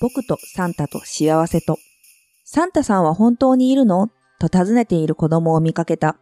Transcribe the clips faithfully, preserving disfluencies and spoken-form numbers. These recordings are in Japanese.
僕とサンタと幸せと。サンタさんは本当にいるの？と尋ねている子供を見かけた。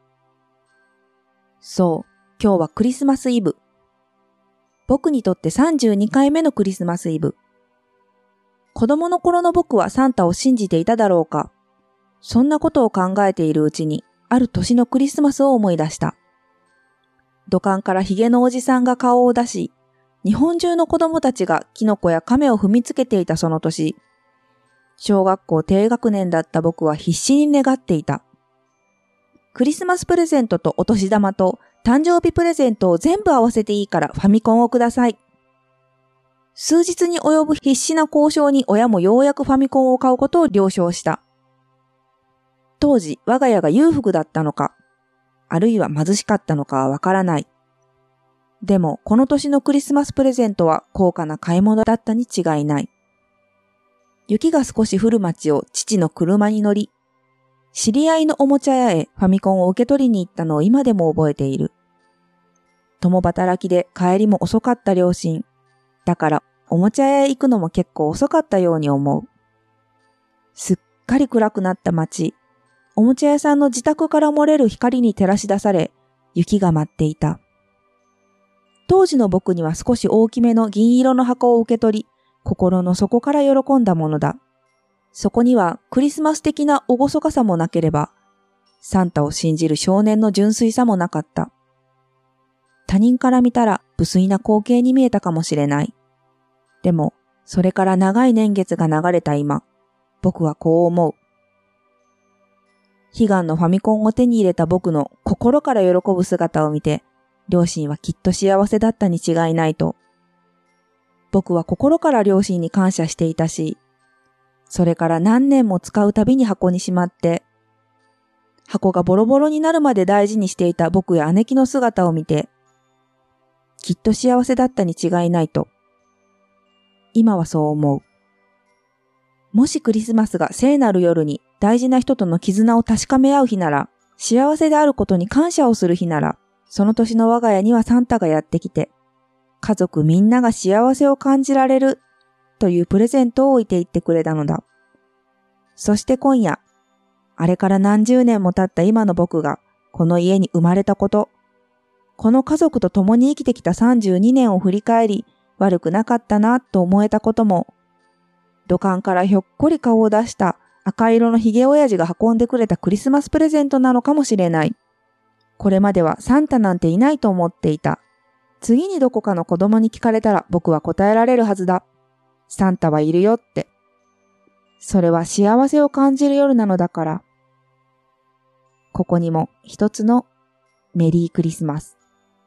そう、今日はクリスマスイブ。僕にとってさんじゅうにかいめのクリスマスイブ。子供の頃の僕はサンタを信じていただろうか。そんなことを考えているうちに、ある年のクリスマスを思い出した。土管からヒゲのおじさんが顔を出し、日本中の子供たちがキノコや亀を踏みつけていたその年、小学校低学年だった僕は必死に願っていた。クリスマスプレゼントとお年玉と誕生日プレゼントを全部合わせていいからファミコンをください。数日に及ぶ必死な交渉に親もようやくファミコンを買うことを了承した。当時我が家が裕福だったのか、あるいは貧しかったのかはわからない。でもこの年のクリスマスプレゼントは高価な買い物だったに違いない。雪が少し降る街を父の車に乗り、知り合いのおもちゃ屋へファミコンを受け取りに行ったのを今でも覚えている。共働きで帰りも遅かった両親。だからおもちゃ屋へ行くのも結構遅かったように思う。すっかり暗くなった街。おもちゃ屋さんの自宅から漏れる光に照らし出され、雪が舞っていた。当時の僕には少し大きめの銀色の箱を受け取り、心の底から喜んだものだ。そこにはクリスマス的な厳かさもなければ、サンタを信じる少年の純粋さもなかった。他人から見たら無粋な光景に見えたかもしれない。でも、それから長い年月が流れた今、僕はこう思う。悲願のファミコンを手に入れた僕の心から喜ぶ姿を見て、両親はきっと幸せだったに違いないと。僕は心から両親に感謝していたし、それから何年も使うたびに箱にしまって、箱がボロボロになるまで大事にしていた僕や姉貴の姿を見て、きっと幸せだったに違いないと。今はそう思う。もしクリスマスが聖なる夜に大事な人との絆を確かめ合う日なら、幸せであることに感謝をする日なら、その年の我が家にはサンタがやってきて、家族みんなが幸せを感じられるというプレゼントを置いていってくれたのだ。そして今夜、あれから何十年も経った今の僕がこの家に生まれたこと、この家族と共に生きてきたさんじゅうにねんを振り返り、悪くなかったなと思えたことも、土管からひょっこり顔を出した赤色のヒゲ親父が運んでくれたクリスマスプレゼントなのかもしれない。これまではサンタなんていないと思っていた。次にどこかの子供に聞かれたら僕は答えられるはずだ。サンタはいるよって。それは幸せを感じる夜なのだから。ここにも一つのメリークリスマス。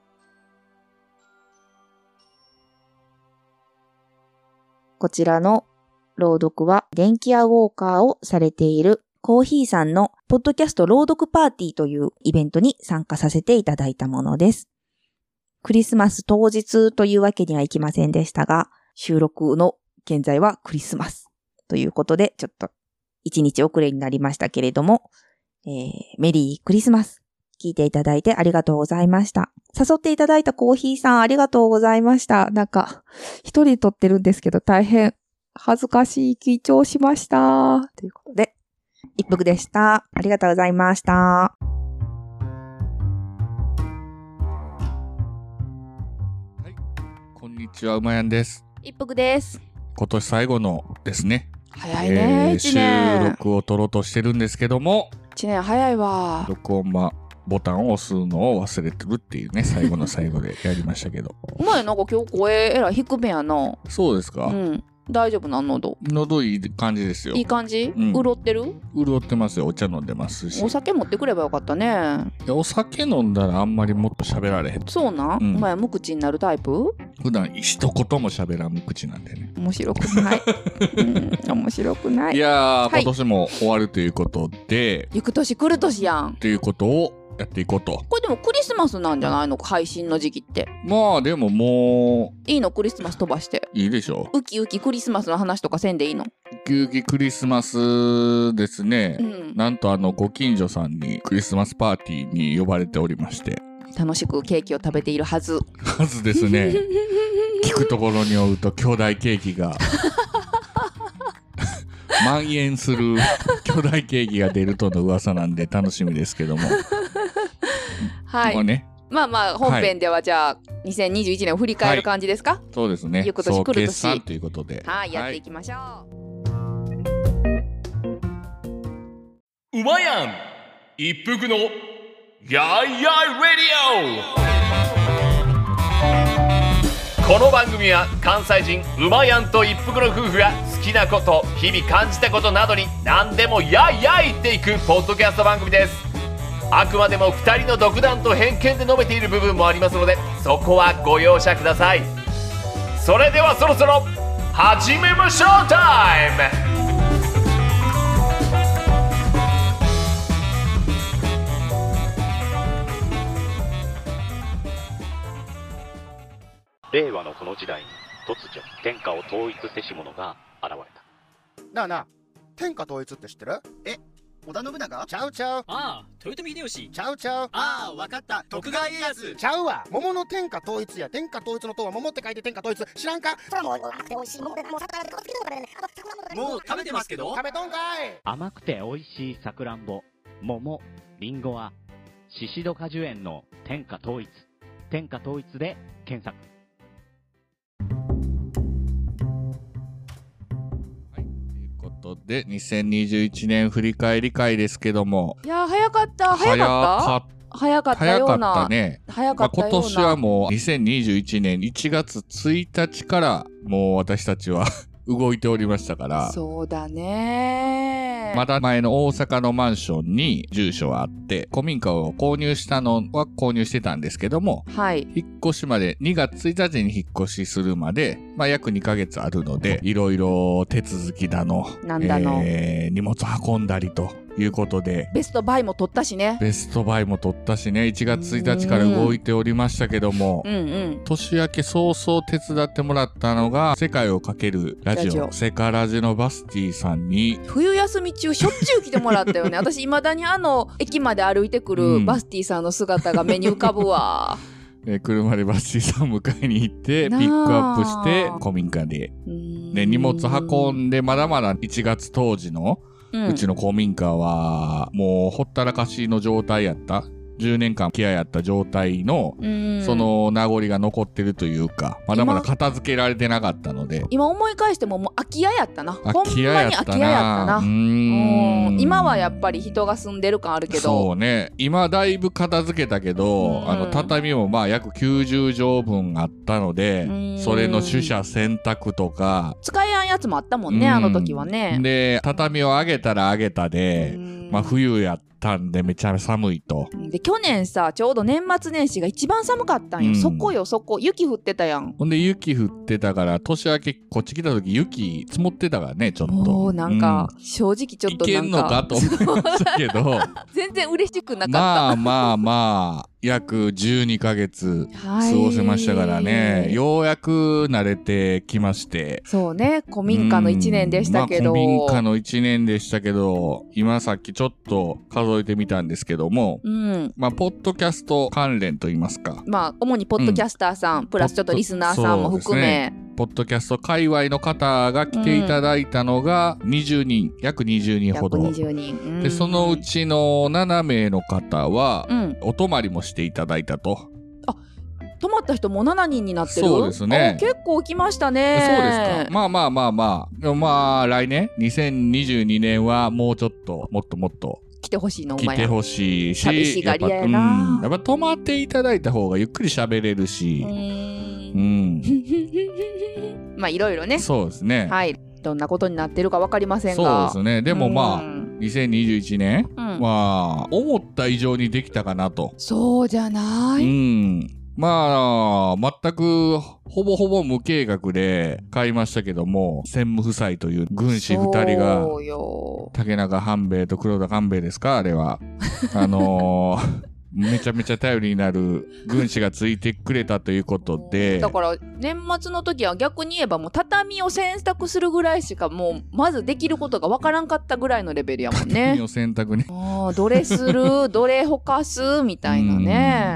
こちらの朗読は電気屋ウォーカーをされているコーヒーさんのポッドキャスト朗読パーティーというイベントに参加させていただいたものです。クリスマス当日というわけにはいきませんでしたが、収録の現在はクリスマスということで、ちょっと一日遅れになりましたけれども、えー、メリークリスマス聞いていただいてありがとうございました。誘っていただいたコーヒーさんありがとうございました。なんか一人撮ってるんですけど大変恥ずかしい緊張しました。ということで、一服でした。ありがとうございました。 こんにちは、うまやんです。 一服です。 今年最後のですね。 早いね、 えー、 一年。 収録を撮ろうとしてるんですけども、 一年早いわ。 録音まボタンを押すのを忘れてるっていうね、最後の最後でやりましたけど。 お前なんか今日声えらい低めやな。 そうですか。 うん。大丈夫な喉？ 喉いい感じですよ。 いい感じ？ うん、 潤ってる？ 潤ってますよ。お茶飲んでますし。 お酒持ってくればよかったね。 いや、お酒飲んだらあんまりもっと喋られへん。 そうなん、うん、お前無口になるタイプ？ 普段一言も喋らん無口なんでね。 面白くない、うん、面白くない。 いやー、 はい、 今年も終わるということで、 行く年来る年やんということをやっていこうと。 これでもクリスマスなんじゃないの？配信の時期って。 まあでももういいの？クリスマス飛ばしていいでしょ。 ウキウキクリスマスの話とかせんでいいの？ ウキウキクリスマスですね、うん、なんとあのご近所さんにクリスマスパーティーに呼ばれておりまして、 楽しくケーキを食べているはずはずですね。聞くところによると兄弟ケーキが蔓延する巨大ケーキが出るとの噂なんで楽しみですけどもはい、ね、まあまあ本編ではじゃあ、はい、にせんにじゅういちねんを振り返る感じですか？はい、 そうですね。 翌年来る年総決算ということで、 はい、やっていきましょう。はい、うまやん一服のやいやいレディオ。この番組は関西人うまやんと一服の夫婦が好きなこと、日々感じたことなどに何でもやいやい言っていくポッドキャスト番組です。あくまでもふたりの独断と偏見で述べている部分もありますので、そこはご容赦ください。それではそろそろ始めましょう。タイム令和のこの時代に突如天下を統一せし者が現れた。 なあなあ、天下統一って知ってる？ え、織田信長？ ちゃうちゃう。 ああ、豊臣秀吉。 ちゃうちゃう。 ああ、わかった、徳川家康。 ちゃうわ。桃の天下統一や。天下統一の塔は桃って書いて天下統一。知らんか？それも甘くて美味しい桃でもう桜で好きだからね。 もう食べてますけど。 食べとんかい。 甘くて美味しいさくらんぼ、桃、りんごは宍戸果樹園の天下統一。天下統一で検索。 でにせんにじゅういちねん振り返り会ですけども、 いや早かった早かった早かったような早かったね。 早かったような、 まあ、今年はもうにせんにじゅういちねんいちがつついたちからもう私たちは動いておりましたから。 そうだね。 まだ前の大阪のマンションに住所はあって、古民家を購入したのは購入してたんですけども、 はい、 引っ越しまでにがつついたちに引っ越しするまで、まあ、約にかげつあるので、いろいろ手続きだの、 なんだの、 えー、荷物運んだりということで、 ベストバイも取ったしね。 ベストバイも取ったしね。いちがつついたちから動いておりましたけども、 うんうん、 年明け早々手伝ってもらったのが世界をかけるラジオ、ラジオセカラジのバスティさんに冬休み中しょっちゅう来てもらったよね。私未だにあの駅まで歩いてくるバスティさんの姿が目に浮かぶわ。 え車でバスティさんを迎えに行ってピックアップして古民家で、で荷物運んで、まだまだいちがつ当時のうちの古民家はもうほったらかしの状態やった。じゅうねんかんケアやった状態のその名残が残ってるというか、まだまだ片付けられてなかったので、 今思い返してももう空き家やったな。 空き家やったな。 ほんまに空き家やったな。うーん、今はやっぱり人が住んでる感あるけど。 そうね。今だいぶ片付けたけど、あの畳もまあ約きゅうじゅうじょうぶんあったので、それの取捨選択とか使えやんやつもあったもんね、あの時はね。 で畳を上げたら上げたで、まあ冬やったんでめちゃめちゃ寒いと。 で去年さ、ちょうど年末年始が一番寒かったんよ、うん、そこよそこ。雪降ってたやん。 ほんで雪降ってたから年明けこっち来た時雪積もってたからね、ちょっと。 もうなんか、うん、正直ちょっとなんかいけんのかと思いましたけど全然嬉しくなかった。 まあまあまあ約じゅうにかげつ過ごせましたからね、ようやく慣れてきまして。 そうね、古民家のいちねんでしたけど、 まあ、古民家のいちねんでしたけど、今さっきちょっと数えてみたんですけども、うん、まあポッドキャスト関連といいますか、 まあ主にポッドキャスターさん、うん、プラスちょっとリスナーさんも含め、 ポッドキャスト界隈の方が来ていただいたのがにじゅうにん、約にじゅうにんほど。 約にじゅうにん、うん、 でそのうちのななめいの方は、うん、お泊まりもしていただいたと。 あ、泊まった人もしちにんになってる。 そうですね。 結構来ましたね。 そうですか。まあまあまあまあ。でもまあ来年にせんにじゅうにねんはもうちょっともっともっと来てほしいの。 来てほしいし、 寂しがり屋やな。 やっぱ、うん、やっぱ泊まっていただいた方がゆっくり喋れるし、うーん、うん、 まあいろいろね。 そうですね。 はい。どんなことになってるかわかりませんが。 そうですね。でもまあにせんにじゅういちねん、うん、まあ思った以上にできたかなと。 そうじゃない。 うん。まあ全くほぼほぼ無計画で買いましたけども、専務夫妻という軍師ふたりが、竹中半兵衛と黒田官兵衛ですか、あれは。あのーめちゃめちゃ頼りになる軍師がついてくれたということで、 だから年末の時は逆に言えばもう畳を洗濯するぐらいしかもうまずできることがわからんかったぐらいのレベルやもんね。 畳を洗濯ね。 あ、どれするどれほかすみたいなね。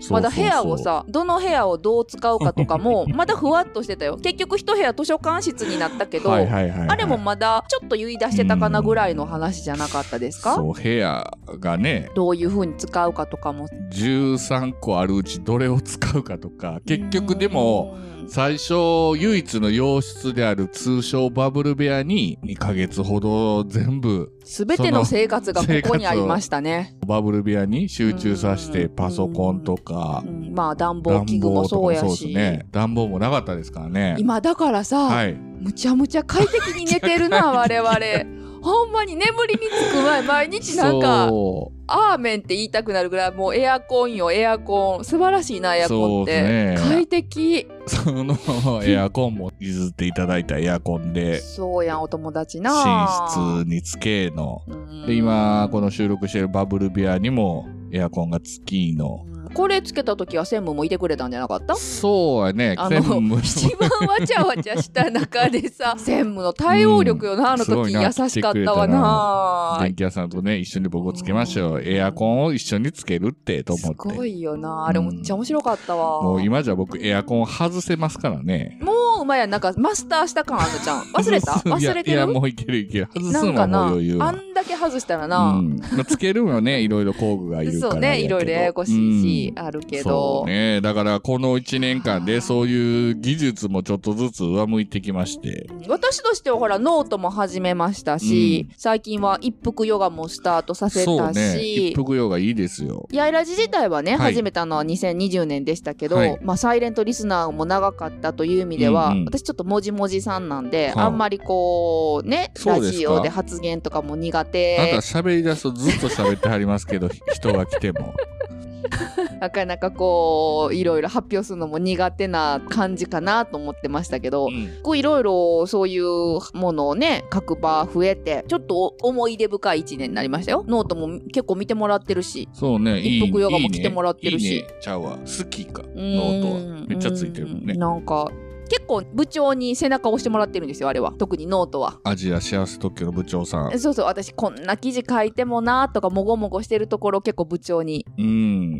まだ部屋をさ、どの部屋をどう使うかとかもまだふわっとしてたよ。結局一部屋図書館室になったけど、はいはいはいはい、あれもまだちょっと言い出してたかなぐらいの話じゃなかったですか。 そう、部屋がね、 どういう風に使うかとかもじゅうさんこあるうちどれを使うかとか、結局でも最初唯一の洋室である通称バブル部屋ににかげつほど全部すべての生活がここにありましたね。 バブル部屋に集中させて、パソコンとか、 まあ暖房器具もそうやし、 そうですね、暖房もなかったですからね。 今だからさ、はい、むちゃむちゃ快適に寝てるな我々。ほんまに眠りにつく前毎日なんかアーメンって言いたくなるぐらい、もうエアコンよエアコン、素晴らしいなエアコンって、ね、快適。 そのエアコンも譲っていただいたエアコンで、 そうやん、お友達な寝室につけので、今この収録してるバブル部屋にもエアコンがつきの。 これつけた時は専務もいてくれたんじゃなかった？ そうやね、 あの専務一番わちゃわちゃした中でさ専務の対応力よな、うん、あの時優しかったわな。 電気屋さんとね一緒に僕つけましょう、エアコンを一緒につけるってと思って。 すごいよな、あれめっちゃ面白かったわ、うん、 もう今じゃ僕エアコン外せますからね。 もううまいやん、なんかマスターした感あるじゃん。忘れた忘れてる。 いや、いやもういけるいける、外すのはもう余裕。 あんだけ外したらな、うん、 つけるのはねいろいろ工具がいるから。 そうね、いろいろややこしいし、うん、あるけどそうね、だからこのいちねんかんでそういう技術もちょっとずつ上向いてきまして、 私としてはほらノートも始めましたし、うん、最近は一服ヨガもスタートさせたし。そうね、 一服ヨガいいですよ。 やいらじ自体はね、はい、始めたのはにせんにじゅうねんでしたけど、はい、まあサイレントリスナーも長かったという意味では、うんうん、私ちょっともじもじさんなんで、はあ、あんまりこうねラジオで発言とかも苦手。 なんか喋り出すとずっと喋ってはりますけど人が来てもなかなかこういろいろ発表するのも苦手な感じかなと思ってましたけど、うん、こういろいろそういうものをね書く場増えて、ちょっと思い出深いいちねんになりましたよ。ノートも結構見てもらってるし、 そうね、 一服ヨガも来てもらってるし、いいね、 いいねちゃうわ、好きかノートはめっちゃついてるもんね。 なんか結構部長に背中を押してもらってるんですよ、あれは。特にノートはアジア幸せ特許の部長さん。 そうそう、私こんな記事書いてもなとかもごもごしてるところ結構部長に、 うん、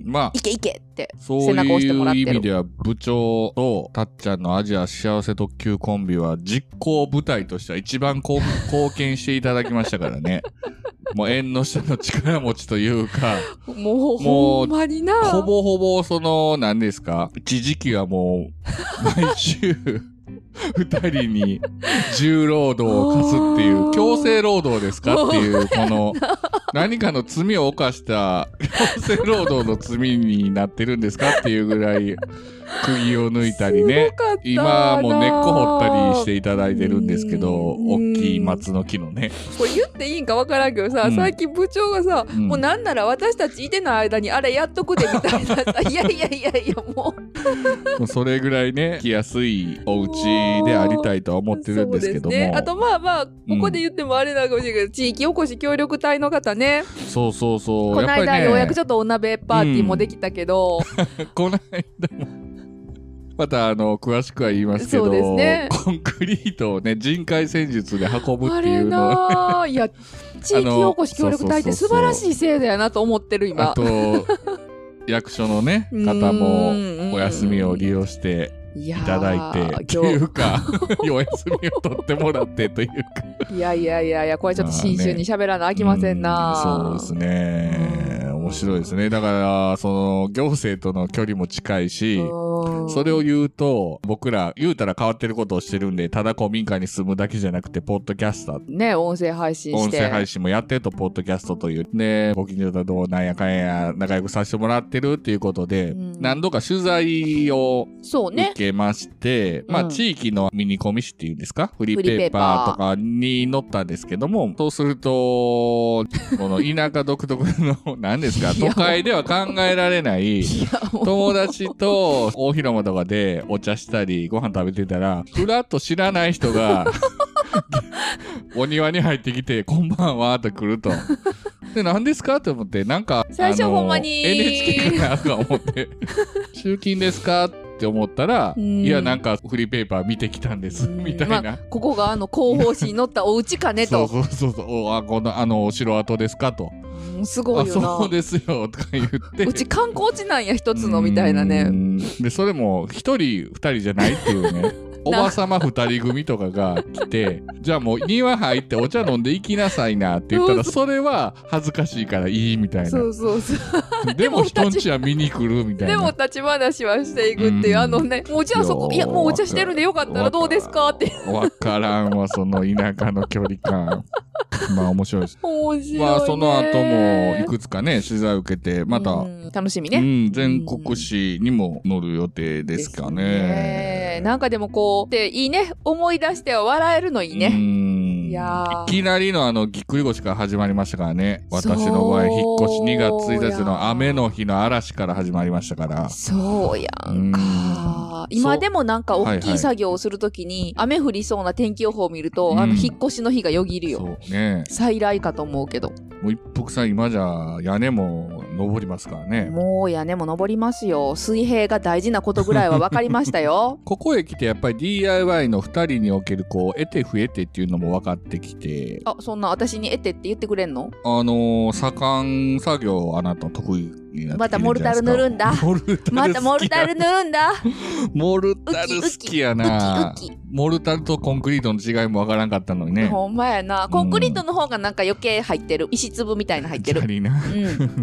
まあいけいけって背中を押してもらってる。 そういう意味では部長とたっちゃんのアジア幸せ特急コンビは実行部隊としては一番貢献していただきましたからね。もう縁の下の力持ちというか、 もうほんまにな、 ほぼほぼその何ですか、一時期はもう毎週二人に重労働を課すっていう強制労働ですかっていう、この何かの罪を犯した強制労働の罪になってるんですかっていうぐらい釘を抜いたりね、今も根っこ掘ったりしていただいてるんですけど、大きい松の木のね、 これ言っていいんかわからんけどさ、うん、最近部長がさ、うん、もうなんなら私たちいてない間にあれやっとくでみたいなさいやいやいやいやもうもうそれぐらいね来やすいお家でありたいとは思ってるんですけども、 ね、あとまあまあここで言ってもあれなのかもしれないけど、うん、地域おこし協力隊の方ね、 そうそうそう、 この間やっぱりね、 ようやくちょっとお鍋パーティーもできたけど、 うん、この間もまたあの詳しくは言いますけど、 そうですね、 コンクリートをね人海戦術で運ぶっていうのを、ね、いや地域おこし協力隊って素晴らしい制度やなと思ってる今。 あと役所のね方もお休みを利用していただいてっていうかお休みを取ってもらってというかいやいやいやいや、これちょっと新春に喋らなあきませんな、 まあね、そうですね、面白いですね。だからその行政との距離も近いし、それを言うと僕ら言うたら変わってることをしてるんで、ただ古民家に住むだけじゃなくてポッドキャスターね、音声配信して音声配信もやってると、ポッドキャストというね、ご近所とどうなんやかんや仲良くさせてもらってるっていうことで、うん、何度か取材を受けまして、ね、まあ、うん、地域のミニコミ誌っていうんですか、フリーペーパーとかに載ったんですけども、そうするとこの田舎独特の何ですか都会では考えられない友達と大広間とかでお茶したりご飯食べてたら、ふらっと知らない人がお庭に入ってきてこんばんはって来ると。で、何ですかって思って、なんか最初ほんまにエヌエイチケー かなとか思って集金ですかってって思ったら、 うん、 いやなんかフリーペーパー見てきたんです、うん、みたいな、まあ、 ここがあの広報誌に載ったお家かねとそうそうそうそう、あこのあのお城跡ですかと、 うん、すごいよな、 あそうですよとか言ってうち観光地なんや一つのみたいなね。 でそれも一人二人じゃないっていうねおばさま二人組とかが来てじゃあもう庭入ってお茶飲んで行きなさいなって言ったらそれは恥ずかしいからいいみたいな。そうそうそうでも人んちは見に来るみたいな。 でも立ち話はしていくっていう、あのね、もうじゃあそこいやもうお茶してるんでよかったらどうですかってわからんわその田舎の距離感まあ面白いです。 面白いね。 まあその後もいくつかね取材を受けてまた、うん、 楽しみね、 うん、全国紙にも載る予定ですかね。 ねなんかでもこうっていいね、思い出しては笑えるのいいね。うんいやいきなりのあのぎっくり腰から始まりましたからね。私の場合引っ越しにがつついたちの雨の日の嵐から始まりましたから。 そうやんか。今でもなんか大きい作業をするときに、はいはい、雨降りそうな天気予報を見ると、うん、あの引っ越しの日がよぎるよ。そうね。再来かと思うけど。 もう一服さん今じゃ屋根も登りますからね。 もう屋根も登りますよ。水平が大事なことぐらいは分かりましたよ。 ここへ来てやっぱり ディーアイワイ のふたりにおけるこう得て増えてっていうのも分かってきて。 あ、そんな私に得てって言ってくれんの？ あのー、左官作業あなた得意になってきてるんじゃないですか。 またモルタル塗るんだ。 モルタル好き。 またモルタル塗るんだ。 モルタル好きやな。ウキウキウキモルタルとコンクリートの違いも分からんかったのにね。 ほんまやな。コンクリートの方がなんか余計入ってる。石粒みたいな入ってる。 うん、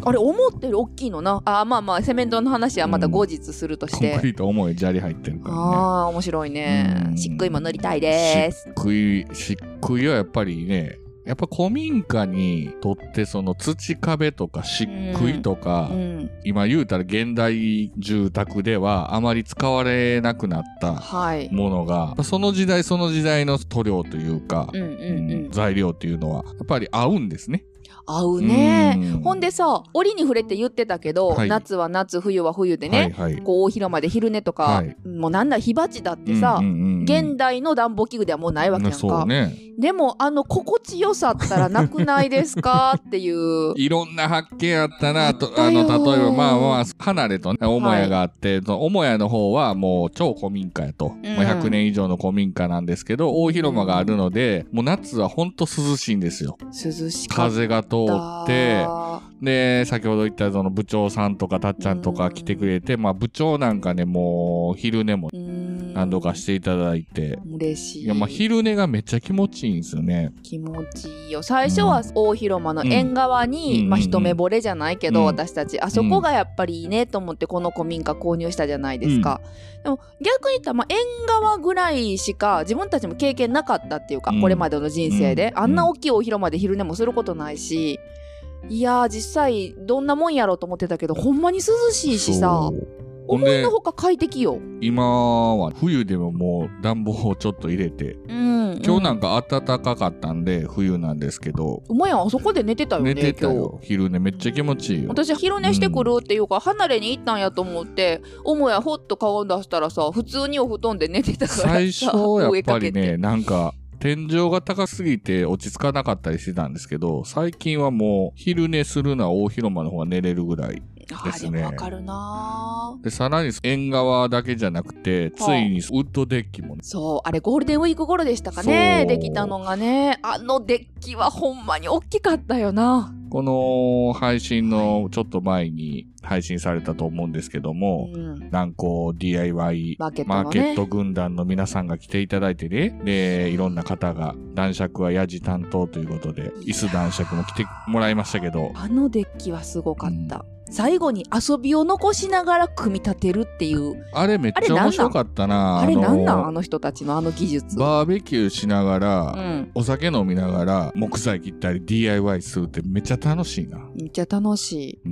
あれ思ってる大きいのな。あまあまあセメントの話はまた後日するとして、 うん、コンクリート重い砂利入ってるからね。 ああ面白いね、うん、漆喰も塗りたいです。 漆喰漆喰はやっぱりね、やっぱ古民家にとってその土壁とか漆喰とか、うんうん、今言うたら現代住宅ではあまり使われなくなったものが、はい、その時代その時代の塗料というか、うんうんうんうん、材料っていうのはやっぱり合うんですね。 合うね。ほんでさ、折に触れて言ってたけど、はい、夏は夏冬は冬でね、はいはい、こう大広間で昼寝とか、はい、もうなんだ火鉢だってさ、うんうんうんうん、現代の暖房器具ではもうないわけやんか。そうね。でもあの心地よさったらなくないですかっていういろんな発見あったなと。あの例えばまあまあ離れとね母屋があって、はい、母屋の方はもう超古民家やと、うん、もうひゃくねん以上の古民家なんですけど、大広間があるので、もう夏はほんと涼しいんですよ。 涼しかった。 風が通ってで先ほど言ったその部長さんとかたっちゃんとか来てくれて、まあ部長なんかねもう昼寝も何度かしていただいて嬉しい。 いやまあ昼寝がめっちゃ気持ちいいんですよね。 気持ちいいよ。最初は大広間の縁側に、うん、まあ一目惚れじゃないけど、うん、私たちあそこがやっぱりいいねと思ってこの古民家購入したじゃないですか、うん、でも逆に言ったら、まあ、縁側ぐらいしか自分たちも経験なかったっていうか、うん、これまでの人生で、うん、あんな大きい大広間で昼寝もすることないし、いやー実際どんなもんやろうと思ってたけどほんまに涼しいしさ、思いのほか快適よ。 今は冬でももう暖房をちょっと入れて、うんうん、今日なんか暖かかったんで冬なんですけど、 お前あそこで寝てたよね。 寝てたよ。昼寝めっちゃ気持ちいいよ。 私昼寝してくるっていうか、うん、離れに行ったんやと思って母屋ほっと顔出したらさ普通にお布団で寝てたからさ、 最初やっぱりねなんか天井が高すぎて落ち着かなかったりしてたんですけど、最近はもう昼寝するのは大広間の方が寝れるぐらいですね。 あでもわかるな。 でさらに縁側だけじゃなくて、ついにウッドデッキもね。 そうあれゴールデンウィーク頃でしたかね、できたのがね。あのデッキはほんまに大きかったよな。 この配信のちょっと前に配信されたと思うんですけども、うん、南高 ディーアイワイ マーケットのね、マーケット軍団の皆さんが来ていただいてね、でいろんな方が男爵はヤジ担当ということで椅子男爵も来てもらいましたけど、 あのデッキはすごかった、うん、最後に遊びを残しながら組み立てるっていう、 あれめっちゃ面白かったな。 あれなんなん、あの人たちのあの技術。 バーベキューしながら、うん、お酒飲みながら木材切ったり ディーアイワイ するってめっちゃ楽しいな。 めっちゃ楽しい、うん、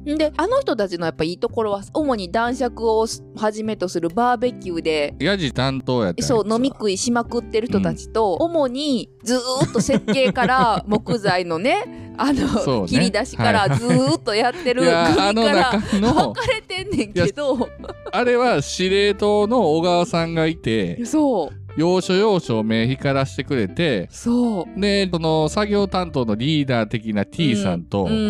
であの人たちのやっぱいいところは主に男爵をはじめとするバーベキューでヤジ担当やった。 そう飲み食いしまくってる人たちと、うん、主にずーっと設計から木材のねあの、ね、切り出しからずーっとやってる組から分かれてんねんけどあれは司令塔の小川さんがいて、 そう要所要所目光らしてくれて、 そうでその作業担当のリーダー的な T さんと、うんうん、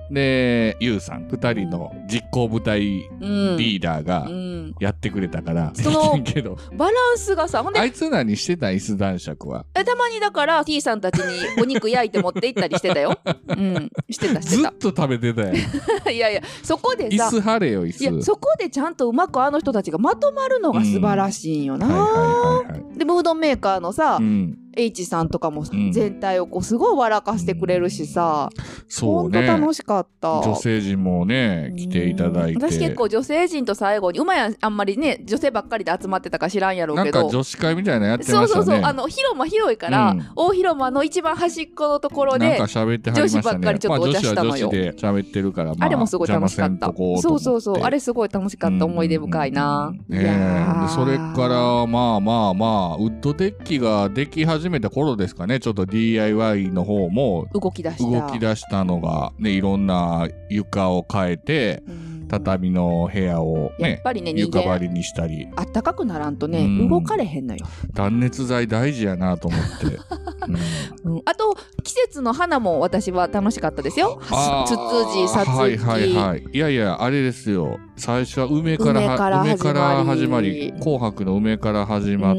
で、ゆうさん、二人の実行部隊リーダーがやってくれたから、 そのけどバランスがさ、ほんであいつ何してた椅子男爵は。 えたまにだから T さんたちにお肉焼いて持って行ったりしてたよ。うん、してたしてた。 ずっと食べてたやん。 いやいや、そこでさ、 椅子張れよ椅子。 いや、そこでちゃんとうまくあの人たちがまとまるのが素晴らしいんよな。 はいはいはいはい。 で、ムードメーカーのさ、 うん、 H さんとかもうん全体をこうすごい笑かしてくれるしさ、 そうね、 ほんと楽しかった。 女性陣もね来ていただいて、 私結構女性陣と最後に馬やあんまりね女性ばっかりで集まってたか知らんやろうけど、 なんか女子会みたいなのやってましたね。 そうそうそう、あの広間広いから、うん、大広間の一番端っこのところでなんか喋ってはりましたね。 女子ばっかりちょっとお茶したのよ。 まあ、女子は女子で喋ってるから、まあ、 あれもすごい楽しかった。そうそうそう、あれすごい楽しかった、思い出深いな。 うんうん、ねえ、それからまあまあまあウッドデッキができ始めた頃ですかね、ちょっと ディーアイワイ の方も動き出した動き出したのがね、いろんな床を変えて、畳の部屋を、ね、 やっぱりね、 床張りにしたり、 あったかくならんとね、うん、動かれへんのよ。 断熱材大事やなと思って、 うんうん、あと季節の花も私は楽しかったですよ。ツツジ、サツキ、 はいはいはい、いやいやあれですよ、最初は梅から梅から梅から始まり、紅白の梅から始まって、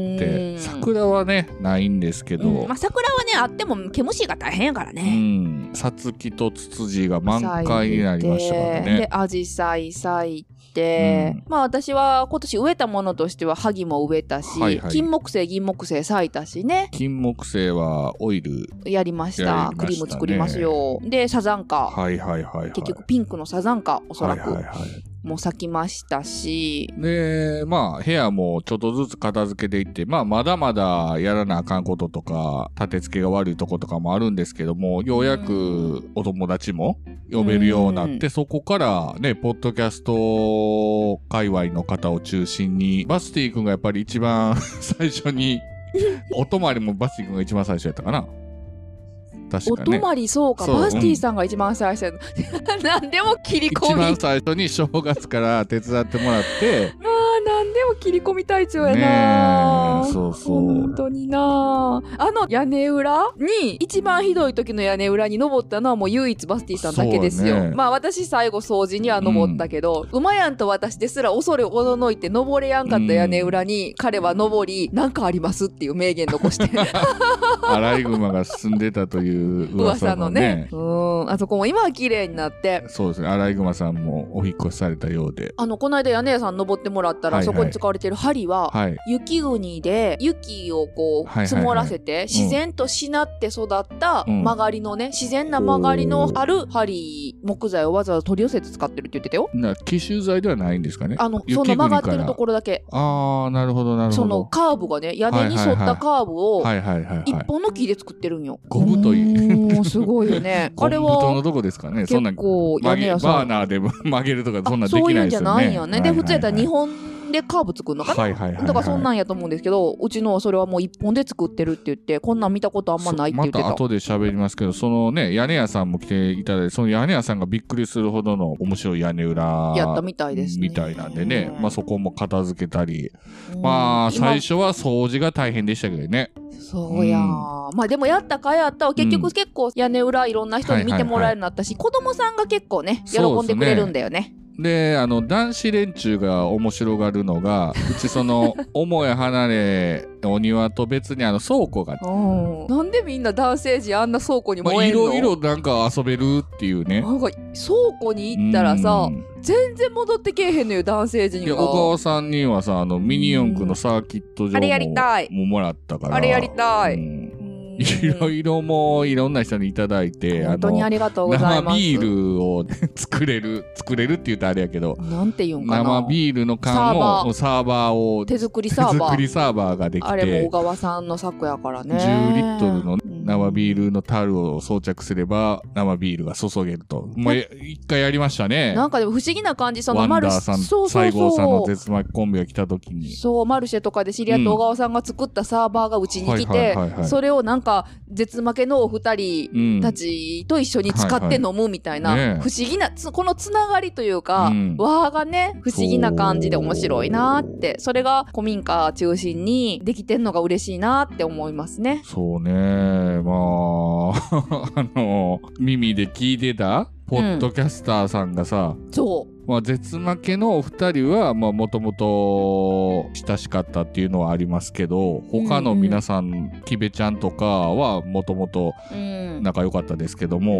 桜はねないんですけど、 うん、まあ、桜はねあっても毛虫が大変やからね。 うん、さつきとツツジが満開になりましたからね。 でアジサイ咲いて、うん、まあ私は今年植えたものとしては萩も植えたし、はいはい、金木犀銀木犀咲いたしね。 金木犀はオイルやりました。クリーム作りますよ。でサザンカ、 はいはいはいはい、 結局ピンクのサザンカおそらく、 はいはいはい、 もう咲きましたし、 でまあ部屋もちょっとずつ片付けていって、まあまだまだやらなあかんこととか立て付けが悪いとことかもあるんですけども、ようやくお友達も呼べるようになって、そこからねポッドキャスト界隈の方を中心に、バスティ君がやっぱり一番最初にお泊まりもバスティ君が一番最初やったかな。確かね、 お泊まり、そうか、そうバスティさんが一番最初、うん、何でも切り込み、 一番最初に正月から手伝ってもらってああ何でも切り込み隊長やな、 ね、そうそう本当にな。あの屋根裏に一番ひどい時の屋根裏に登ったのはもう唯一バスティさんだけですよ、ね、まあ私最後掃除には登ったけど、うん、馬やんと私ですら恐れおののいて登れやんかった屋根裏に彼は登り、なんかありますっていう名言残してアライグマが住んでたという噂のね、 噂のね、うん、あそこも今は綺麗になって、 そうですね、アライグマさんもお引っ越しされたようで、 あのこの間屋根屋さん登ってもらったら、はいはい、そこに使われてる針は、はい、雪国で雪をこう積もらせて、はいはいはい、自然としなって育った曲がりのね、うん、自然な曲がりのある針、木材をわざわざ取り寄せて使ってるって言ってたよ。 な奇襲材ではないんですかね。 あのその曲がってるところだけ。 ああなるほどなるほど。 そのカーブがね、屋根に沿ったカーブを一本の木で作ってるんよ。 ゴムというすごいよね。あれはゴムのとこですかね。そんな曲げバーナーで曲げるとかそんなできないですよね。そういうんじゃないよね。 で普通やったらにほんでカーブ作るのかな、はいはいはいはい、だからそんなんやと思うんですけど、うちのそれはもう一本で作ってるって言って、こんなん見たことあんまないって言ってた。 また後で喋りますけど、そのね屋根屋さんも来ていただいて、その屋根屋さんがびっくりするほどの面白い屋根裏やったみたいですね。 みたいなんでね、まあそこも片付けたり、まあ最初は掃除が大変でしたけどね。 そうや、うん、まあでもやったかやった結局結構屋根裏いろんな人に見てもらえるようになったし、はいはいはい、子供さんが結構ね喜んでくれるんだよね。 で、あの男子連中が面白がるのが、うちその母屋離れお庭と別にあの倉庫がなんでみんな男性陣あんな倉庫に燃えんの、 まあ、いろいろなんか遊べるっていうね。 なんか倉庫に行ったらさ全然戻ってけえへんのよ男性陣が。 小川さんにはさあのミニ四駆のサーキット場も、 あれやりたいももらったから、 あれやりたい、 うんいろいろもういろんな人にいただいて、 本当にありがとうございます。 生ビールを作れる作れるって言うとあれやけど、 なんて言うんかな、 生ビールの缶をサーバーを手作りサーバー手作りサーバーができて、 あれも小川さんの作やからね。 じゅうリットルの生ビールのタルを装着すれば生ビールが注げると。もう一回やりましたね。 なんかでも不思議な感じ、そのワンダーさん、そうそうそう、西郷さんの絶巻コンビが来た時に、 そうマルシェとかで知り合った小川さんが作ったサーバーがうちに来て、それをなんか絶負けのお二人たちと一緒に使って飲むみたいな、うんはいはいね、不思議なこのつながりというか、うん、和がね不思議な感じで面白いなって、それが古民家中心にできてんのが嬉しいなって思いますね。 そうね、 ね、まあ、あの、耳で聞いてたポッドキャスターさんがさ、 うん、そう。 まあ、絶負けのお二人は、まあ、もともと親しかったっていうのはありますけど、他の皆さん、うんうん、キベちゃんとかはもともと仲良かったですけども、うん、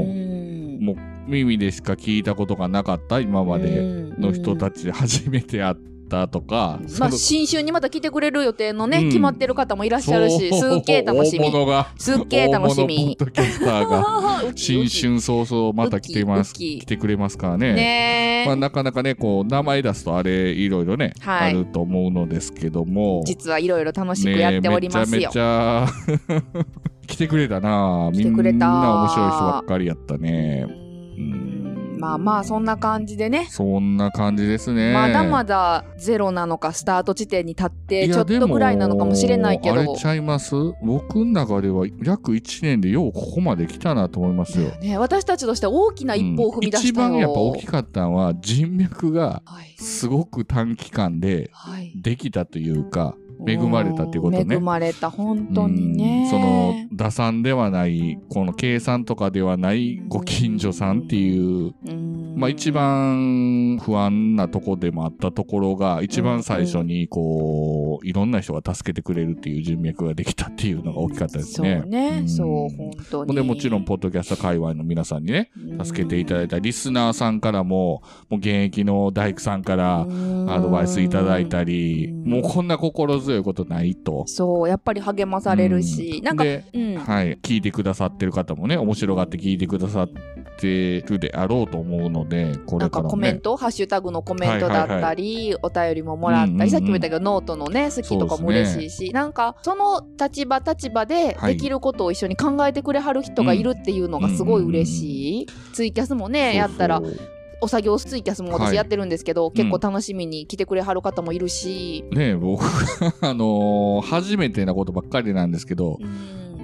もう耳でしか聞いたことがなかった今までの人たちで初めて会ったとか、 うん、まあ、新春にまた来てくれる予定のね、うん、決まってる方もいらっしゃるし、すっげー楽しみ。 大物が、 すっげー楽しみ。 大物ポッドキャスターが新春早々また来てます、来てくれますからね。 ねまあ、なかなかね、こう名前出すとあれいろいろね、はい、あると思うのですけども、 実はいろいろ楽しくやっておりますよ。 ね、めちゃめちゃ来てくれたな。 来てくれた。 みんな面白い人ばっかりやったね。 うん、まあまあそんな感じでね。 そんな感じですね。 まだまだゼロなのかスタート地点に立ってちょっとぐらいなのかもしれないけど。 あれちゃいます？僕の中では約いちねんでようここまで来たなと思いますよ。 ね、私たちとして大きな一歩を踏み出したよ、うん、 一番やっぱ大きかったのは人脈がすごく短期間でできたというか、はい、恵まれたっていうことね。 恵まれた、本当にね。 その打算ではない、この計算とかではないご近所さんっていう、まあ一番不安なとこでもあったところが、一番最初にこういろんな人が助けてくれるっていう人脈ができたっていうのが大きかったですね。 そうね、うそう本当に。 でもちろんポッドキャスト界隈の皆さんにね、助けていただいたリスナーさんからも、もう現役の大工さんからアドバイスいただいたり、もうこんな心強いことないと。 そうやっぱり励まされるし、うん、なんかで、うん、はい聞いてくださってる方もね、面白がって聞いてくださってるであろうと思うので、これからもね、なんかコメント、ハッシュタグのコメントだったり、はいはいはい、お便りももらったり、うんうんうん、さっきも言ったけどノートのね好きとかも嬉しいし、ね、なんかその立場立場でできることを一緒に考えてくれはる人がいるっていうのがすごい嬉しい、うんうんうん、ツイキャスもねやったらお作業ツイキャスも私やってるんですけど、はい、結構楽しみに来てくれはる方もいるし、 うん、ねえ僕あのー、初めてなことばっかりなんですけど、うん、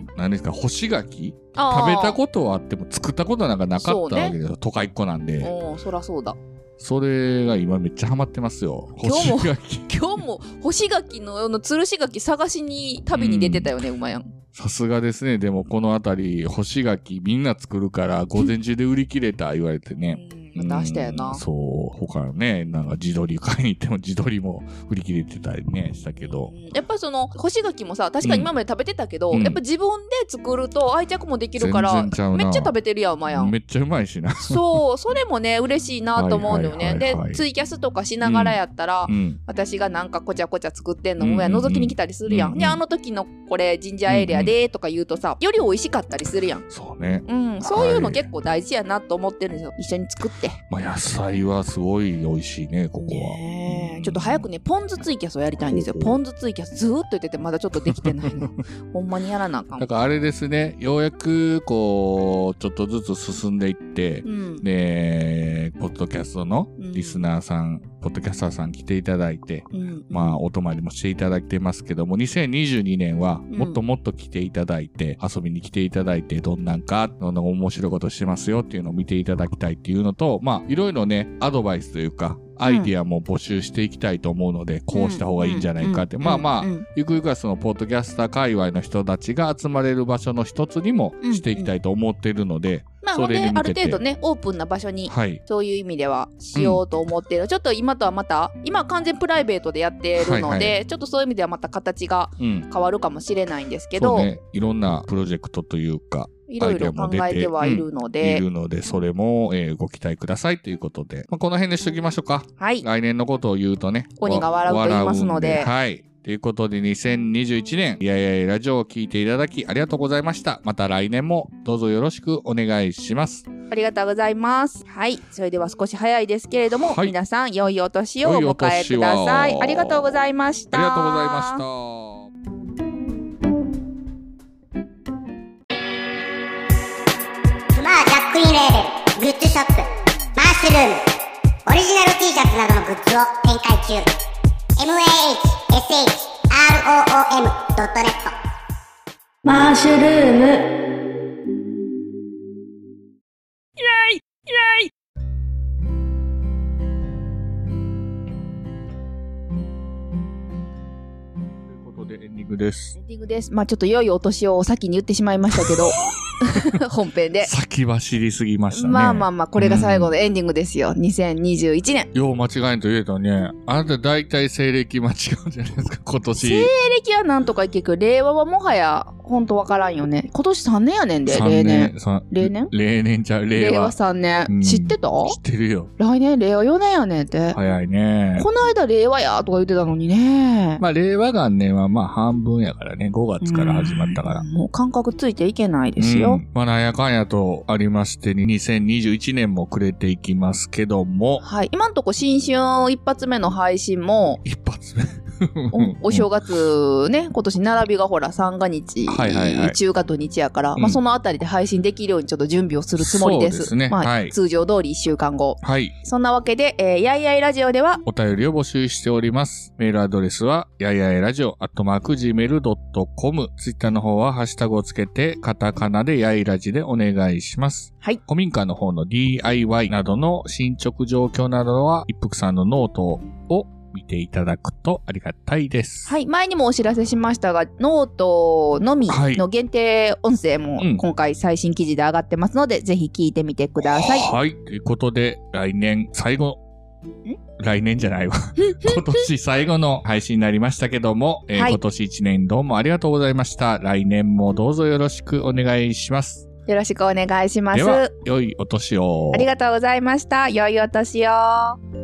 何ですか干し柿食べたことはあっても作ったことなんかなかったわけですよ、ね、都会っ子なんで。 おそらそうだ。 それが今めっちゃハマってますよ。 干し柿今日も干し柿のの吊るし柿探しに旅に出てたよね、うん、うまやん。 さすがですね。でもこの辺り干し柿みんな作るから午前中で売り切れた言われてね、 うんまた明日やな。 そう他のねなんか地鶏買いに行っても地鶏も売り切れてたりねしたけど、 やっぱその干し柿もさ確かに今まで食べてたけど、うん、やっぱ自分で作ると愛着もできるからめっちゃ食べてるやんうまやん。 めっちゃうまいしな。 そうそれもね嬉しいなと思うのよね。はいはいはいはい、でツイキャスとかしながらやったら、うん、私がなんかこちゃこちゃ作ってんのもや覗きに来たりするやん、うんうん、であの時のこれジンジャーエールやでとか言うとさより美味しかったりするやん。 そうね、 うん、そういうの結構大事やなと思ってるんですよ。一緒に作って、 まあ、野菜はすごい美味しいねここは。 ねちょっと早くねポン酢ツイキャスをやりたいんですよ。ポン酢ツイキャスずーっと言っててまだちょっとできてないのほんまにやらなあかん。 だからあれですねようやくこうちょっとずつ進んでいって、うん、でポッドキャストのリスナーさん、うん、ポッドキャスターさん来ていただいて、うん、まあお泊まりもしていただいてますけどもにせんにじゅうにねんはもっともっと来ていただいて、うん、遊びに来ていただいてどんなんかどんな面白いことしてますよっていうのを見ていただきたいっていうのと、まあいろいろねアドバイスというかアイディアも募集していきたいと思うので、うん、こうした方がいいんじゃないかって、うん、まあまあ、うん、ゆくゆくはそのポッドキャスター界隈の人たちが集まれる場所の一つにもしていきたいと思っているので、 まあ、それに向けて、ね、ある程度ねオープンな場所に、はい、そういう意味ではしようと思っている、うん、ちょっと今とはまた今は完全プライベートでやっているので、はいはい、ちょっとそういう意味ではまた形が変わるかもしれないんですけど、 うんそうね、いろんなプロジェクトというかいろいろ考えてはいるので、 うん、いるのでそれも、えー、ご期待くださいということで、まあ、この辺でしときましょうか。 はい。 来年のことを言うとね鬼が笑うと言いますので、 はいということでにせんにじゅういちねんいやいやいやラジオを聞いていただきありがとうございました。また来年もどうぞよろしくお願いします。 ありがとうございます。はい、それでは少し早いですけれども、はい、皆さん良いお年をお迎えください。ありがとうございました。 ありがとうございました。 クマージャックインレーベルグッズショップマッシュルームオリジナル T シャツなどのグッズを展開中。 エムエーエイチエスエイチアールオーオーエムドットネットマッシュルームイエイイエイということでエンディングです。 エンディングです。まあちょっと良いお年を先に言ってしまいましたけど、本編で。 先走りすぎましたね。 まあまあまあ、これが最後のエンディングですよ。うん、にせんにじゅういちねん。 よう間違えんと言えたね。あなた大体西暦間違うんじゃないですか、今年。 西暦はなんとかいけるけど、令和はもはや、ほんとわからんよね。今年さんねんやねんで、例年。例年例年じゃ、令和。 令和さんねん。うん、知ってた？ 知ってるよ。 来年令和よねんやねんって。 早いね。 この間令和やとか言ってたのにね。 まあ令和元年はまあ半分やからね。ごがつから始まったから。 もう感覚ついていけないですよ。うん、 まあなんやかんやとありまして、にせんにじゅういちねんも暮れていきますけども。 はい。今んとこ新春一発目の配信も。 一発目お, お正月ね、今年並びがほら三が日、はいはいはい、中華と日やから、うん、まあそのあたりで配信できるようにちょっと準備をするつもりです。そうですね。まあ、はい、通常通りいっしゅうかんご。はい。そんなわけで、えー、やいやいラジオではお便りを募集しております。メールアドレスはやいやいラジオアットマーク ジーメールドットコム。ツイッターの方はハッシュタグをつけてカタカナでやいラジでお願いします。はい。古民家の方の ディーアイワイ などの進捗状況などは一服さんのノートを見ていただくとありがたいです。 はい。前にもお知らせしましたが、ノートのみの限定音声も今回最新記事で上がってますので、うん、ぜひ聞いてみてください。 はい。ということで、来年最後、来年じゃないわ。今年最後の配信になりましたけども、えーはい、今年いちねんどうもありがとうございました。来年もどうぞよろしくお願いします。 よろしくお願いします。 では、良いお年を。 ありがとうございました。良いお年を。